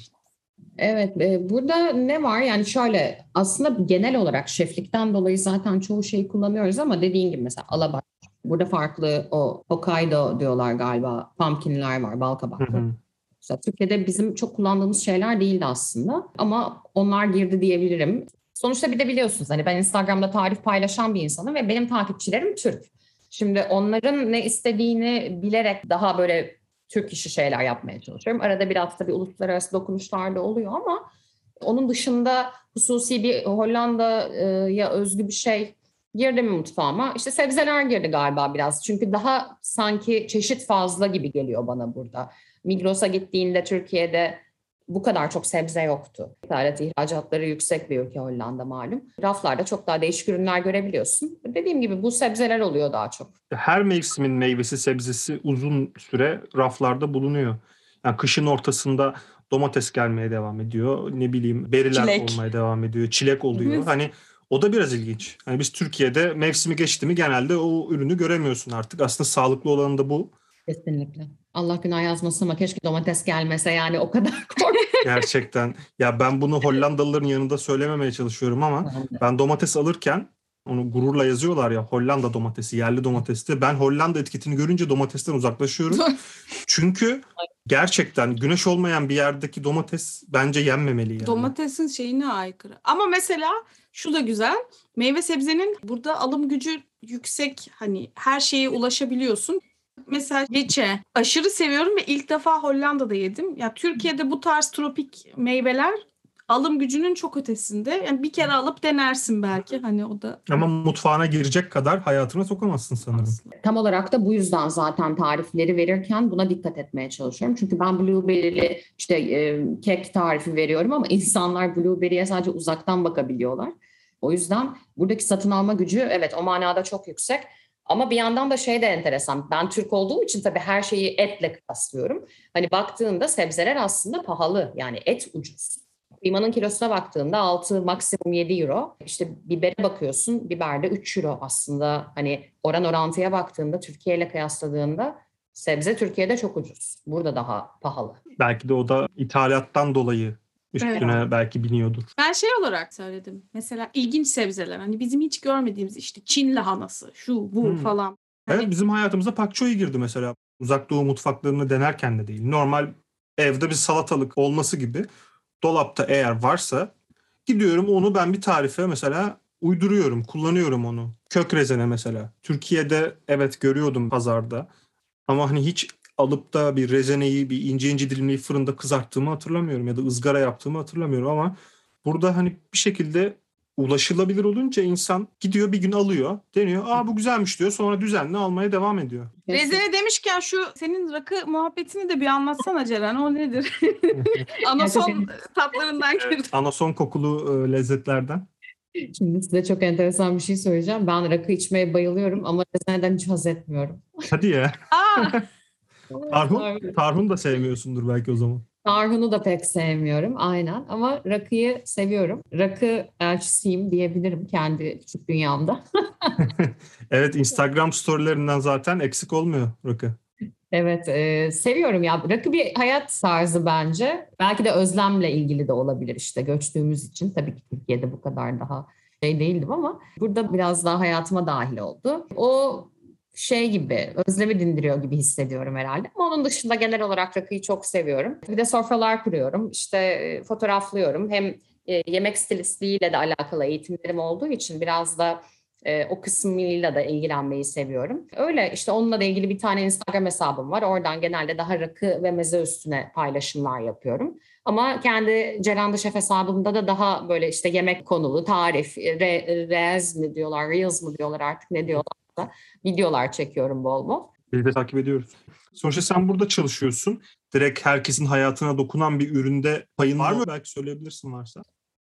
Evet, e, burada ne var? Yani şöyle, aslında genel olarak şeflikten dolayı zaten çoğu şeyi kullanıyoruz ama dediğin gibi mesela alabaş. Burada farklı, o Hokkaido diyorlar galiba. Pumpkinler var, bal kabaklı. Hı hı. Mesela Türkiye'de bizim çok kullandığımız şeyler değildi aslında ama onlar girdi diyebilirim. Sonuçta bir de biliyorsunuz, hani ben Instagram'da tarif paylaşan bir insanım ve benim takipçilerim Türk. Şimdi onların ne istediğini bilerek daha böyle Türk işi şeyler yapmaya çalışıyorum. Arada biraz tabii uluslararası dokunuşlar da oluyor ama onun dışında hususi bir Hollanda'ya özgü bir şey girdi mi mutfağıma? İşte sebzeler girdi galiba biraz. Çünkü daha sanki çeşit fazla gibi geliyor bana burada. Migros'a gittiğinde Türkiye'de bu kadar çok sebze yoktu. İthalat ihracatları yüksek bir ülke Hollanda malum. Raflarda çok daha değişik ürünler görebiliyorsun. Dediğim gibi bu sebzeler oluyor daha çok. Her mevsimin meyvesi, sebzesi uzun süre raflarda bulunuyor. Yani kışın ortasında domates gelmeye devam ediyor. Ne bileyim beriler Çilek. olmaya devam ediyor. Çilek oluyor. Hani o da biraz ilginç. Hani biz Türkiye'de mevsimi geçti mi genelde o ürünü göremiyorsun artık. Aslında sağlıklı olanı da bu. Kesinlikle. Allah günah yazmasın ama keşke domates gelmese, yani o kadar korkuyorum. Gerçekten. Ya ben bunu Hollandalıların yanında söylememeye çalışıyorum ama ben domates alırken onu gururla yazıyorlar ya, Hollanda domatesi, yerli domatesi. Ben Hollanda etiketini görünce domatesten uzaklaşıyorum. Çünkü gerçekten güneş olmayan bir yerdeki domates bence yenmemeli yani. Domatesin şeyine aykırı. Ama mesela şu da güzel. Meyve sebzenin burada alım gücü yüksek. Hani her şeye ulaşabiliyorsun. Mesela reçe aşırı seviyorum ve ilk defa Hollanda'da yedim. Ya Türkiye'de bu tarz tropik meyveler alım gücünün çok ötesinde. Yani bir kere alıp denersin belki. Hani o da Ama mutfağına girecek kadar hayatına sokamazsın sanırım. Tam olarak da bu yüzden zaten tarifleri verirken buna dikkat etmeye çalışıyorum. Çünkü ben blueberry'li işte e, kek tarifi veriyorum ama insanlar blueberry'e sadece uzaktan bakabiliyorlar. O yüzden buradaki satın alma gücü evet o manada çok yüksek. Ama bir yandan da şey de enteresan. Ben Türk olduğum için tabii her şeyi etle kıyaslıyorum. Hani baktığında sebzeler aslında pahalı. Yani et ucuz. Kıymanın kilosuna baktığında altı maksimum yedi euro. İşte bibere bakıyorsun, biber de üç euro aslında. Hani oran orantıya baktığında Türkiye ile kıyasladığında sebze Türkiye'de çok ucuz. Burada daha pahalı. Belki de o da ithalattan dolayı üstüne Evet. belki biniyordur. ben şey olarak söyledim. Mesela ilginç sebzeler. Hani bizim hiç görmediğimiz işte Çin lahanası, şu bu Hmm. falan. Hani Evet, bizim hayatımıza pak choy girdi mesela. Uzak Doğu mutfaklarını denerken de değil. Normal evde bir salatalık olması gibi dolapta eğer varsa Gidiyorum onu ben bir tarife mesela uyduruyorum, kullanıyorum onu. Kök rezene mesela. Türkiye'de evet görüyordum pazarda. Ama hani hiç alıp da bir rezeneyi, bir ince ince dilimleyip fırında kızarttığımı hatırlamıyorum. Ya da ızgara yaptığımı hatırlamıyorum ama burada hani bir şekilde ulaşılabilir olunca insan gidiyor bir gün alıyor, deniyor. Aa bu güzelmiş diyor. Sonra düzenli almaya devam ediyor. Rezene demişken şu senin rakı muhabbetini de bir anlatsana Ceren. O nedir? Anason tatlarından girdim. Evet, anason kokulu e, lezzetlerden. Şimdi size çok enteresan bir şey söyleyeceğim. Ben rakı içmeye bayılıyorum ama rezeneden hiç haz etmiyorum. Hadi ya. Aa, Tarhun, tarhun da sevmiyorsundur belki o zaman. Tarhunu da pek sevmiyorum aynen ama rakıyı seviyorum. Rakı elçisiyim diyebilirim kendi küçük dünyamda. Evet, Instagram storylerinden zaten eksik olmuyor rakı. Evet, e, seviyorum ya. Rakı bir hayat tarzı bence. Belki de özlemle ilgili de olabilir işte göçtüğümüz için. Tabii ki Türkiye'de bu kadar daha şey değildim ama burada biraz daha hayatıma dahil oldu. O şey gibi, özlemi dindiriyor gibi hissediyorum herhalde. Ama onun dışında genel olarak rakıyı çok seviyorum. Bir de sofralar kuruyorum, işte e, fotoğraflıyorum. Hem e, yemek stilistliğiyle de alakalı eğitimlerim olduğu için biraz da e, o kısmıyla da ilgilenmeyi seviyorum. Öyle işte onunla da ilgili bir tane Instagram hesabım var. Oradan genelde daha rakı ve meze üstüne paylaşımlar yapıyorum. Ama kendi Ceren The Chef hesabımda da daha böyle işte yemek konulu, tarif, re, reels mi diyorlar, reels mi diyorlar artık ne diyorlar da videolar çekiyorum bol bol. Biz de takip ediyoruz. Sonuçta sen burada çalışıyorsun. Direkt herkesin hayatına dokunan bir üründe payın var mı? Belki söyleyebilirsin varsa.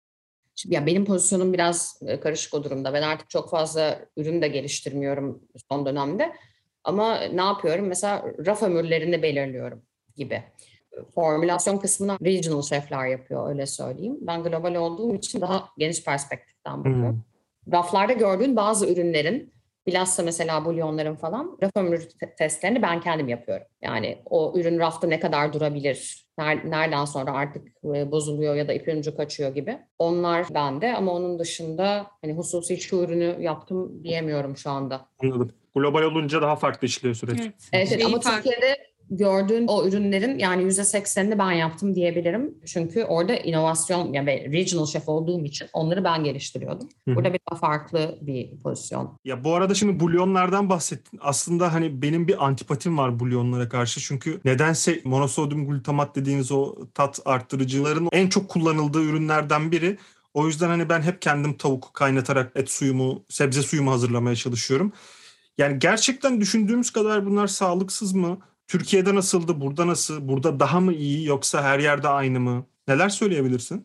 Şimdi ya benim pozisyonum biraz e, karışık o durumda. Ben artık çok fazla ürün de geliştirmiyorum son dönemde. Ama ne yapıyorum? Mesela raf ömürlerini belirliyorum gibi. Formülasyon kısmını regional şefler yapıyor öyle söyleyeyim. Ben global olduğum için daha geniş perspektiften bakıyorum. Hmm. Raflarda gördüğün bazı ürünlerin bilhassa mesela bulyonların falan raf ömrü testlerini ben kendim yapıyorum. Yani o ürün rafta ne kadar durabilir, nereden sonra artık bozuluyor ya da ipin ucu kaçıyor gibi. Onlar bende ama onun dışında hani hususi şu ürünü yaptım diyemiyorum şu anda. Anladım. Global olunca daha farklı işliyor süreç. evet. Evet, evet ama farklı. Türkiye'de gördüğün o ürünlerin yani yüzde seksenini ben yaptım diyebilirim. Çünkü orada inovasyon yani regional şef olduğum için onları ben geliştiriyordum. Hı-hı. Burada bir daha farklı bir pozisyon. Ya bu arada şimdi bulyonlardan bahsettin. Aslında hani benim bir antipatim var bulyonlara karşı. Çünkü nedense monosodyum glutamat dediğiniz o tat arttırıcıların en çok kullanıldığı ürünlerden biri. O yüzden hani ben hep kendim tavuk kaynatarak et suyumu, sebze suyumu hazırlamaya çalışıyorum. Yani gerçekten düşündüğümüz kadar bunlar sağlıksız mı? Türkiye'de nasıldı, burada nasıl? Burada daha mı iyi yoksa her yerde aynı mı? Neler söyleyebilirsin?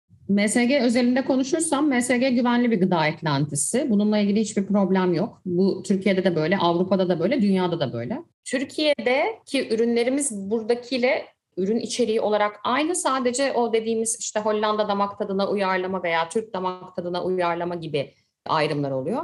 M S G özelinde konuşursam M S G güvenli bir gıda eklentisi. Bununla ilgili hiçbir problem yok. Bu Türkiye'de de böyle, Avrupa'da da böyle, dünyada da böyle. Türkiye'deki ürünlerimiz buradakiyle ürün içeriği olarak aynı. Sadece o dediğimiz işte Hollanda damak tadına uyarlama veya Türk damak tadına uyarlama gibi ayrımlar oluyor.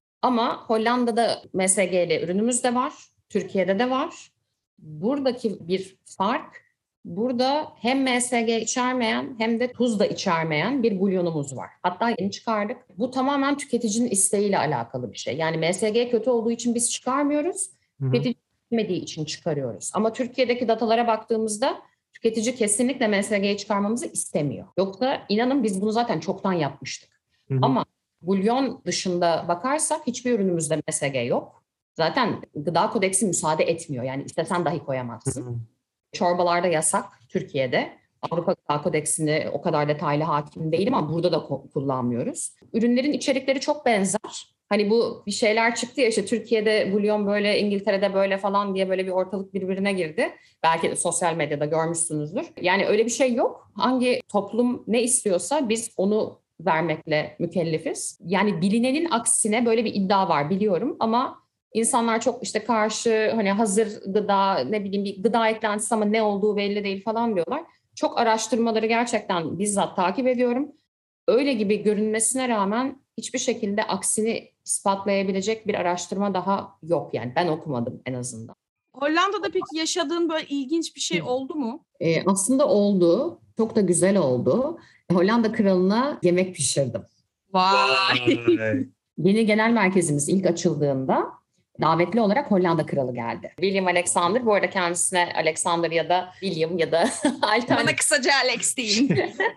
Ama Hollanda'da M S G'li ürünümüz de var, Türkiye'de de var. Buradaki bir fark, burada hem M S G içermeyen hem de tuz da içermeyen bir bulyonumuz var. Hatta yeni çıkardık. Bu tamamen tüketicinin isteğiyle alakalı bir şey. Yani M S G kötü olduğu için biz çıkarmıyoruz, Hı-hı. tüketici istemediği için çıkarıyoruz. Ama Türkiye'deki datalara baktığımızda tüketici kesinlikle M S G'yi çıkarmamızı istemiyor. Yoksa inanın biz bunu zaten çoktan yapmıştık. Hı-hı. Ama bulyon dışında bakarsak hiçbir ürünümüzde M S G yok. Zaten gıda kodeksi müsaade etmiyor. Yani istesen dahi koyamazsın. Hı hı. Çorbalarda yasak Türkiye'de. Avrupa Gıda Kodeksine o kadar detaylı hakim değilim ama burada da ko- kullanmıyoruz. Ürünlerin içerikleri çok benzer. Hani bu bir şeyler çıktı ya işte Türkiye'de bulyon böyle, İngiltere'de böyle falan diye böyle bir ortalık birbirine girdi. Belki de sosyal medyada görmüşsünüzdür. Yani öyle bir şey yok. Hangi toplum ne istiyorsa biz onu vermekle mükellefiz. Yani bilinenin aksine böyle bir iddia var biliyorum ama insanlar çok işte karşı hani hazır gıda ne bileyim bir gıda eklentisi ama ne olduğu belli değil falan diyorlar. Çok araştırmaları gerçekten bizzat takip ediyorum. Öyle gibi görünmesine rağmen hiçbir şekilde aksini ispatlayabilecek bir araştırma daha yok yani ben okumadım en azından. Hollanda'da peki yaşadığın böyle ilginç bir şey oldu mu? Ee, aslında oldu. Çok da güzel oldu. Hollanda kralına yemek pişirdim. Vay! Vay. Yeni genel merkezimiz ilk açıldığında davetli olarak Hollanda kralı geldi. William Alexander, bu arada kendisine Alexander ya da William ya da alternatif. Bana kısaca Alex deyin.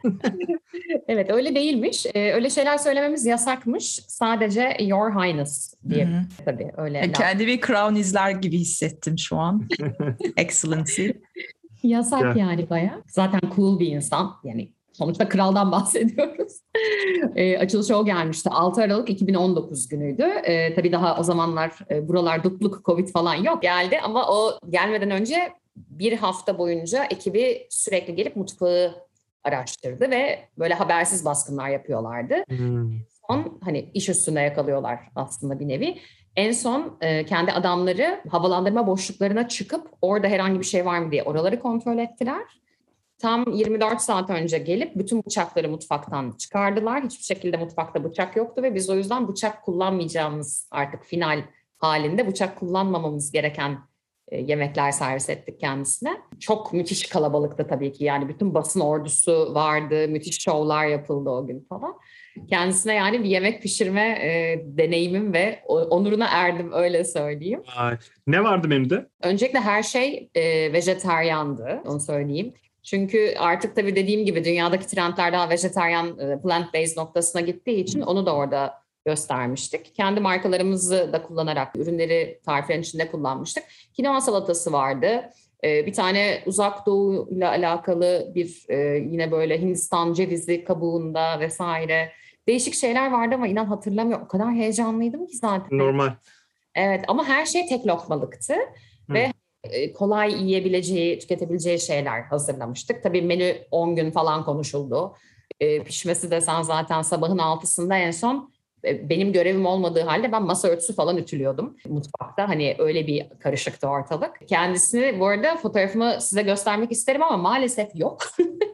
Evet, öyle değilmiş. Ee, öyle şeyler söylememiz yasakmış. Sadece Your Highness diye. Hı Tabii öyle. Yani kendimi Crown izler gibi hissettim şu an. Excellency. Yasak Ya. yani bayağı. Zaten cool bir insan. Yani sonuçta kraldan bahsediyoruz. e, açılışa o gelmişti. altı Aralık iki bin on dokuz günüydü. E, tabii daha o zamanlar e, buralar dutluk, Covid falan yok. Geldi ama o gelmeden önce bir hafta boyunca ekibi sürekli gelip mutfağı araştırdı ve böyle habersiz baskınlar yapıyorlardı. Hmm. Son hani iş üstünde yakalıyorlar aslında bir nevi. En son e, kendi adamları havalandırma boşluklarına çıkıp orada herhangi bir şey var mı diye oraları kontrol ettiler. Tam yirmi dört saat önce gelip bütün bıçakları mutfaktan çıkardılar. Hiçbir şekilde mutfakta bıçak yoktu ve biz o yüzden bıçak kullanmayacağımız artık final halinde bıçak kullanmamamız gereken e, yemekler servis ettik kendisine. Çok müthiş kalabalıktı tabii ki. Yani bütün basın ordusu vardı. Müthiş şovlar yapıldı o gün falan. Kendisine yani bir yemek pişirme e, deneyimim ve onuruna erdim, öyle söyleyeyim. Ay. Ne vardı menüde? Öncelikle her şey e, vejetaryandı, onu söyleyeyim. Çünkü artık tabii dediğim gibi dünyadaki trendler daha vejetaryen, e, plant-based noktasına gittiği için onu da orada göstermiştik. Kendi markalarımızı da kullanarak ürünleri tariflerin içinde kullanmıştık. Kinoa salatası vardı. E, bir tane uzak doğu ile alakalı bir e, yine böyle Hindistan cevizi kabuğunda vesaire değişik şeyler vardı ama inan hatırlamıyorum. O kadar heyecanlıydım ki zaten. Normal. Evet ama her şey tek lokmalıktı. Hı. Ve kolay yiyebileceği, tüketebileceği şeyler hazırlamıştık. Tabii menü on gün falan konuşuldu. E, pişmesi desen zaten sabahın altısında en son e, benim görevim olmadığı halde ben masa örtüsü falan ütülüyordum mutfakta. Hani öyle bir karışıktı ortalık. Kendisini bu arada fotoğrafımı size göstermek isterim ama maalesef yok.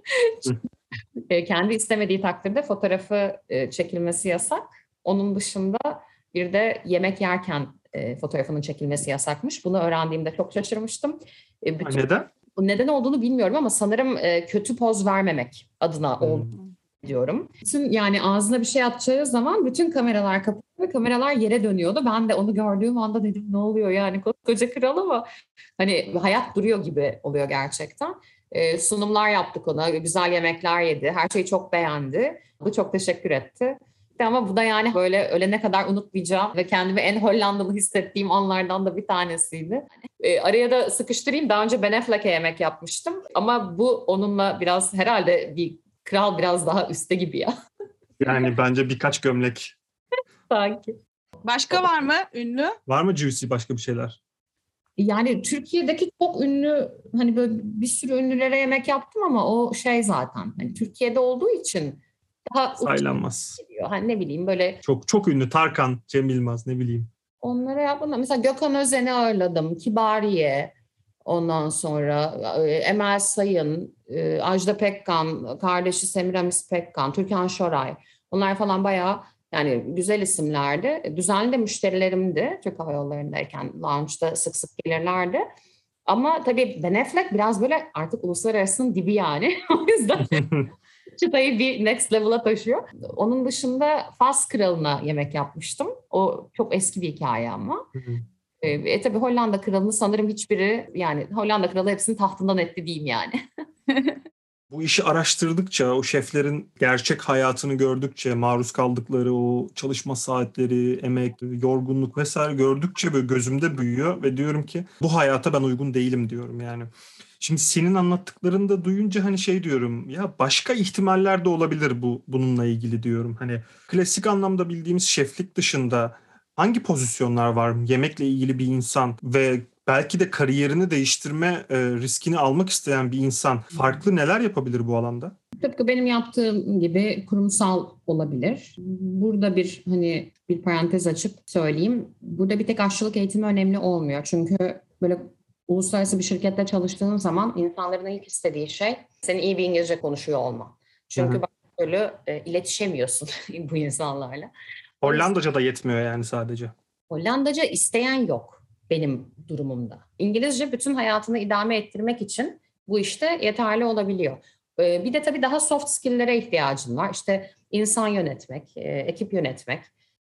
e, kendi istemediği takdirde fotoğrafı e, çekilmesi yasak. Onun dışında bir de yemek yerken E, fotoğrafının çekilmesi yasakmış. Bunu öğrendiğimde çok şaşırmıştım. E, bütün, Neden? neden olduğunu bilmiyorum ama sanırım e, kötü poz vermemek adına Hmm. olduğunu diyorum. Bütün yani ağzına bir şey atacağı zaman bütün kameralar kapalı ve kameralar yere dönüyordu. Ben de onu gördüğüm anda dedim ne oluyor yani koskoca kral ama hani hayat duruyor gibi oluyor gerçekten. E, sunumlar yaptık ona, güzel yemekler yedi. Her şeyi çok beğendi. Bu çok teşekkür etti. Ama bu da yani böyle ölene kadar unutmayacağım ve kendimi en Hollandalı hissettiğim anlardan da bir tanesiydi. E, araya da sıkıştırayım. Daha önce Ben Affleck'e yemek yapmıştım. Ama bu onunla biraz herhalde bir kral biraz daha üstte gibi ya. Yani bence birkaç gömlek. Sanki. Başka var mı ünlü? Var mı juicy başka bir şeyler? Yani Türkiye'deki çok ünlü hani böyle bir sürü ünlülere yemek yaptım ama o şey zaten hani Türkiye'de olduğu için daha Saylanmaz. geliyor. Hani ne bileyim böyle Çok çok ünlü. Tarkan, Cem Yılmaz ne bileyim. onlara yapmadım. Mesela Gökhan Özen'i ağırladım. Kibariye. Ondan sonra e, Emel Sayın, e, Ajda Pekkan, kardeşi Semiramis Pekkan, Türkan Şoray. Onlar falan bayağı yani güzel isimlerdi. Düzenli de müşterilerimdi Türk Hava Yolları'ndayken. Lounge'da sık sık gelirlerdi. Ama tabii Ben Affleck biraz böyle artık uluslararasının dibi yani. O yüzden çıtayı bir next level'a taşıyor. Onun dışında Fas Kralı'na yemek yapmıştım. O çok eski bir hikaye ama. E, e tabii Hollanda Kralı'nı sanırım hiçbiri yani Hollanda Kralı hepsini tahtından etti diyeyim yani. Bu işi araştırdıkça, o şeflerin gerçek hayatını gördükçe, maruz kaldıkları o çalışma saatleri, emek, yorgunluk vesaire gördükçe böyle gözümde büyüyor ve diyorum ki bu hayata ben uygun değilim diyorum yani. Şimdi senin anlattıklarını da duyunca hani şey diyorum ya başka ihtimaller de olabilir bu bununla ilgili diyorum. Hani klasik anlamda bildiğimiz şeflik dışında hangi pozisyonlar var yemekle ilgili bir insan ve belki de kariyerini değiştirme e, riskini almak isteyen bir insan farklı neler yapabilir bu alanda? Tıpkı benim yaptığım gibi kurumsal olabilir. Burada bir hani bir parantez açıp söyleyeyim. Burada bir tek aşçılık eğitimi önemli olmuyor. Çünkü böyle uluslararası bir şirkette çalıştığın zaman insanların ilk istediği şey senin iyi bir İngilizce konuşuyor olman. Çünkü Hı hı. başka türlü e, iletişemiyorsun bu insanlarla. Hollandaca da yetmiyor yani sadece. Hollandaca isteyen yok benim durumumda. İngilizce bütün hayatını idame ettirmek için bu işte yeterli olabiliyor. Ee, bir de tabii daha soft skill'lere ihtiyacın var. İşte insan yönetmek, e, ekip yönetmek,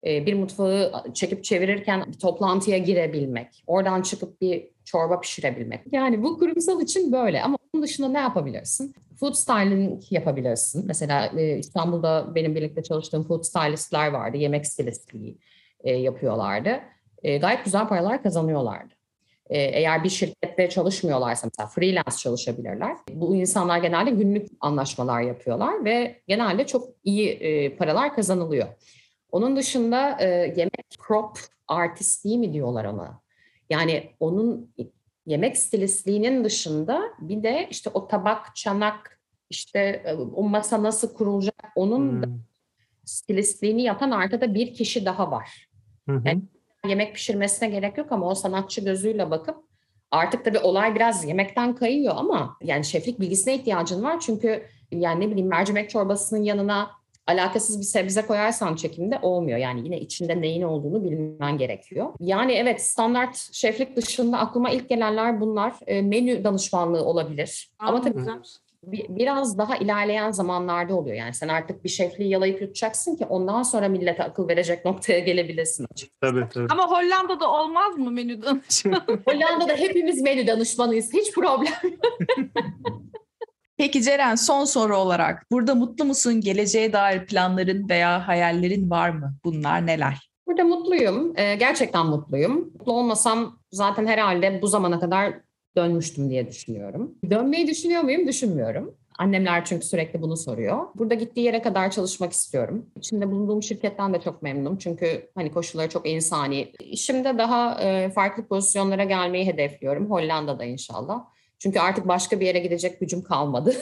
e, bir mutfağı çekip çevirirken bir toplantıya girebilmek, oradan çıkıp bir çorba pişirebilmek. Yani bu kurumsal için böyle ama onun dışında ne yapabilirsin? Food styling yapabilirsin. Mesela e, İstanbul'da benim birlikte çalıştığım food stylistler vardı. Yemek stilistliği e, yapıyorlardı. E, gayet güzel paralar kazanıyorlardı. E, eğer bir şirkette çalışmıyorlarsa mesela freelance çalışabilirler. Bu insanlar genelde günlük anlaşmalar yapıyorlar ve genelde çok iyi e, paralar kazanılıyor. Onun dışında e, yemek prop artistliği mi diyorlar ona? Yani onun yemek stilistliğinin dışında bir de işte o tabak, çanak, işte e, o masa nasıl kurulacak onun Hmm. da stilistliğini yapan arkada bir kişi daha var. Hı hı. Yani yemek pişirmesine gerek yok ama o sanatçı gözüyle bakıp artık tabii olay biraz yemekten kayıyor ama yani şeflik bilgisine ihtiyacın var. Çünkü yani ne bileyim mercimek çorbasının yanına alakasız bir sebze koyarsan çekimde olmuyor. Yani yine içinde neyin olduğunu bilmen gerekiyor. Yani evet standart şeflik dışında aklıma ilk gelenler bunlar. E, menü danışmanlığı olabilir. Aa, ama tabii güzel. bir- biraz daha ilerleyen zamanlarda oluyor. Yani sen artık bir şefliği yalayıp yutacaksın ki ondan sonra millete akıl verecek noktaya gelebilirsin açıkçası. Tabii tabii. Ama Hollanda'da olmaz mı menü danışmanı? Hollanda'da hepimiz menü danışmanıyız. Hiç problem yok. Peki Ceren, son soru olarak burada mutlu musun? Geleceğe dair planların veya hayallerin var mı? Bunlar neler? Burada mutluyum. Ee, gerçekten mutluyum. Mutlu olmasam zaten herhalde bu zamana kadar dönmüştüm diye düşünüyorum. Dönmeyi düşünüyor muyum? Düşünmüyorum. Annemler çünkü sürekli bunu soruyor. Burada gittiği yere kadar çalışmak istiyorum. İçinde bulunduğum şirketten de çok memnunum. Çünkü hani koşulları çok insani. İşimde daha e, farklı pozisyonlara gelmeyi hedefliyorum. Hollanda'da inşallah. Çünkü artık başka bir yere gidecek gücüm kalmadı.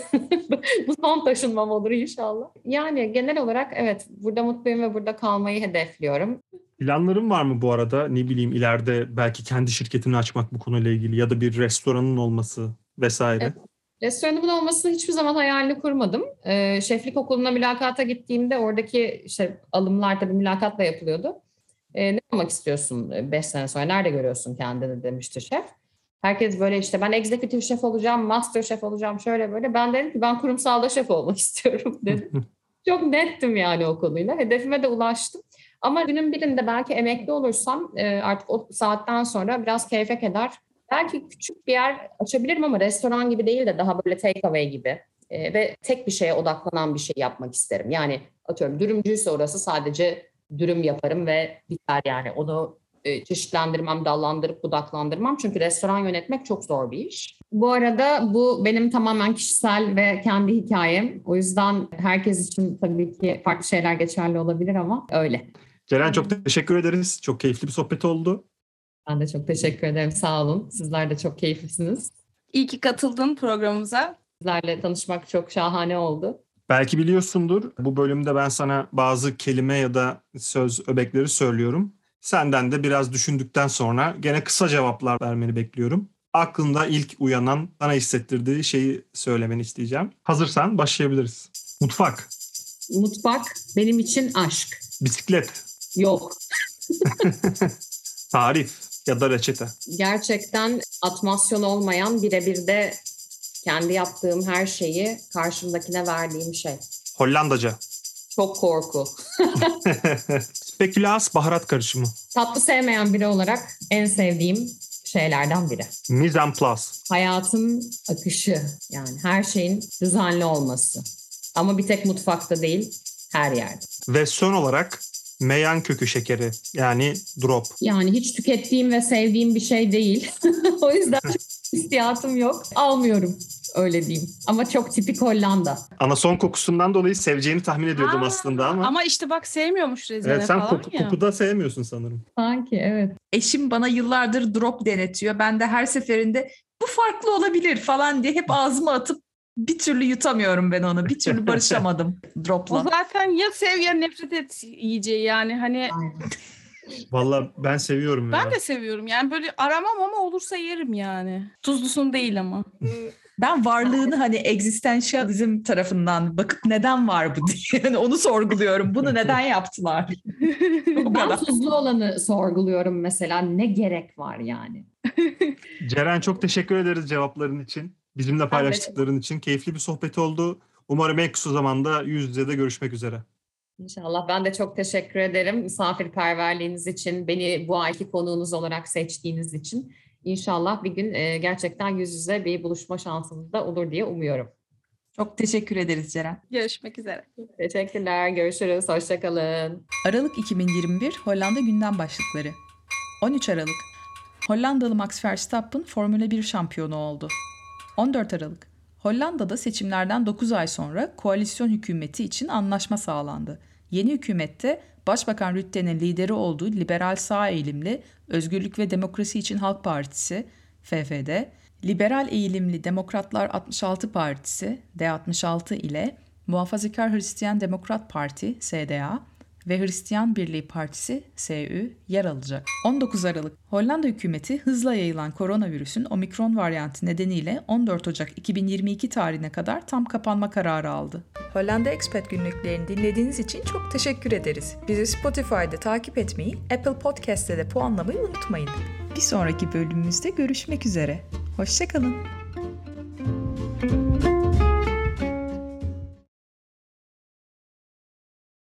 Bu son taşınmam olur inşallah. Yani genel olarak evet burada mutluyum ve burada kalmayı hedefliyorum. Planların var mı bu arada? Ne bileyim ileride belki kendi şirketini açmak bu konuyla ilgili ya da bir restoranın olması vesaire. Evet. Restoranımın olmasını hiçbir zaman hayalini kurmadım. Ee, şeflik okuluna mülakata gittiğimde oradaki işte alımlar tabii mülakatla yapılıyordu. Ee, ne olmak istiyorsun beş sene sonra? Nerede görüyorsun kendini demişti şef. Herkes böyle işte ben executive şef olacağım, master şef olacağım şöyle böyle. Ben dedim ki ben kurumsalda şef olmak istiyorum dedim. Çok nettim yani o konuyla. Hedefime de ulaştım. Ama günün birinde belki emekli olursam e, artık o saatten sonra biraz keyfe keder. Belki küçük bir yer açabilirim ama restoran gibi değil de daha böyle take away gibi. E, ve tek bir şeye odaklanan bir şey yapmak isterim. Yani atıyorum dürümcüyse orası sadece dürüm yaparım ve biter yani. Onu e, çeşitlendirmem, dallandırıp budaklandırmam. Çünkü restoran yönetmek çok zor bir iş. Bu arada bu benim tamamen kişisel ve kendi hikayem. O yüzden herkes için tabii ki farklı şeyler geçerli olabilir ama öyle. Ceren çok teşekkür ederiz. Çok keyifli bir sohbet oldu. Ben de çok teşekkür ederim. Sağ olun. Sizler de çok keyiflisiniz. İyi ki katıldın programımıza. Sizlerle tanışmak çok şahane oldu. Belki biliyorsundur. Bu bölümde ben sana bazı kelime ya da söz öbekleri söylüyorum. Senden de biraz düşündükten sonra gene kısa cevaplar vermeni bekliyorum. Aklında ilk uyanan, sana hissettirdiği şeyi söylemeni isteyeceğim. Hazırsan başlayabiliriz. Mutfak, Mutfak benim için aşk. bisiklet, Yok. tarif ya da reçete, Gerçekten atmasyon olmayan birebir de kendi yaptığım her şeyi karşımdakine verdiğim şey. Hollandaca, Çok korku. spekülas baharat karışımı, Tatlı sevmeyen biri olarak en sevdiğim şeylerden biri. mise en place, Hayatın akışı yani her şeyin düzenli olması. Ama bir tek mutfakta değil her yerde. ve son olarak meyan kökü şekeri yani drop. Yani hiç tükettiğim ve sevdiğim bir şey değil. O yüzden hissiyatım yok. Almıyorum öyle diyeyim. Ama çok tipik Hollanda. Anason kokusundan dolayı seveceğini tahmin ediyordum Aa, aslında ama. Ama işte bak sevmiyormuş rezene Evet, sen falan koku, ya. kokuda sevmiyorsun sanırım. Sanki evet. Eşim bana yıllardır drop denetiyor. Ben de her seferinde bu farklı olabilir falan diye hep ağzıma atıp bir türlü yutamıyorum ben onu. Bir türlü barışamadım O dropla. zaten ya sev ya nefret et yiyeceği yani hani Vallahi ben seviyorum ya. ben de seviyorum yani böyle aramam ama olursa yerim yani. Tuzlusun değil ama. Ben varlığını hani egzistansiyalizm tarafından bakıp neden var bu diye yani onu sorguluyorum. Bunu neden yaptılar? O Ben kadar. tuzlu olanı sorguluyorum mesela. Ne gerek var yani? Ceren çok teşekkür ederiz cevapların için. Bizimle paylaştıkların için. Keyifli bir sohbet oldu. Umarım en kısa zamanda yüz yüze de görüşmek üzere. İnşallah. Ben de çok teşekkür ederim misafirperverliğiniz için, beni bu ayki konuğunuz olarak seçtiğiniz için. İnşallah bir gün e, gerçekten yüz yüze bir buluşma şansımız da olur diye umuyorum. Çok teşekkür ederiz Ceren. Görüşmek üzere. Teşekkürler. Görüşürüz. Hoşçakalın. Aralık iki bin yirmi bir Hollanda gündem başlıkları. on üç Aralık Hollandalı Max Verstappen Formula bir şampiyonu oldu. on dört Aralık Hollanda'da seçimlerden dokuz ay sonra koalisyon hükümeti için anlaşma sağlandı. Yeni hükümette Başbakan Rutte'nin lideri olduğu liberal sağ eğilimli Özgürlük ve Demokrasi için Halk Partisi F F D, liberal eğilimli Demokratlar altmış altı Partisi D altmış altı ile Muhafazakar Hristiyan Demokrat Parti S D A ve Hristiyan Birliği Partisi S Ü yer alacak. on dokuz Aralık Hollanda hükümeti hızla yayılan koronavirüsün omikron varyantı nedeniyle on dört Ocak iki bin yirmi iki tarihine kadar tam kapanma kararı aldı. Hollanda Expat günlüklerini dinlediğiniz için çok teşekkür ederiz. Bizi Spotify'da takip etmeyi, Apple Podcast'te de puanlamayı unutmayın. Bir sonraki bölümümüzde görüşmek üzere. Hoşça kalın.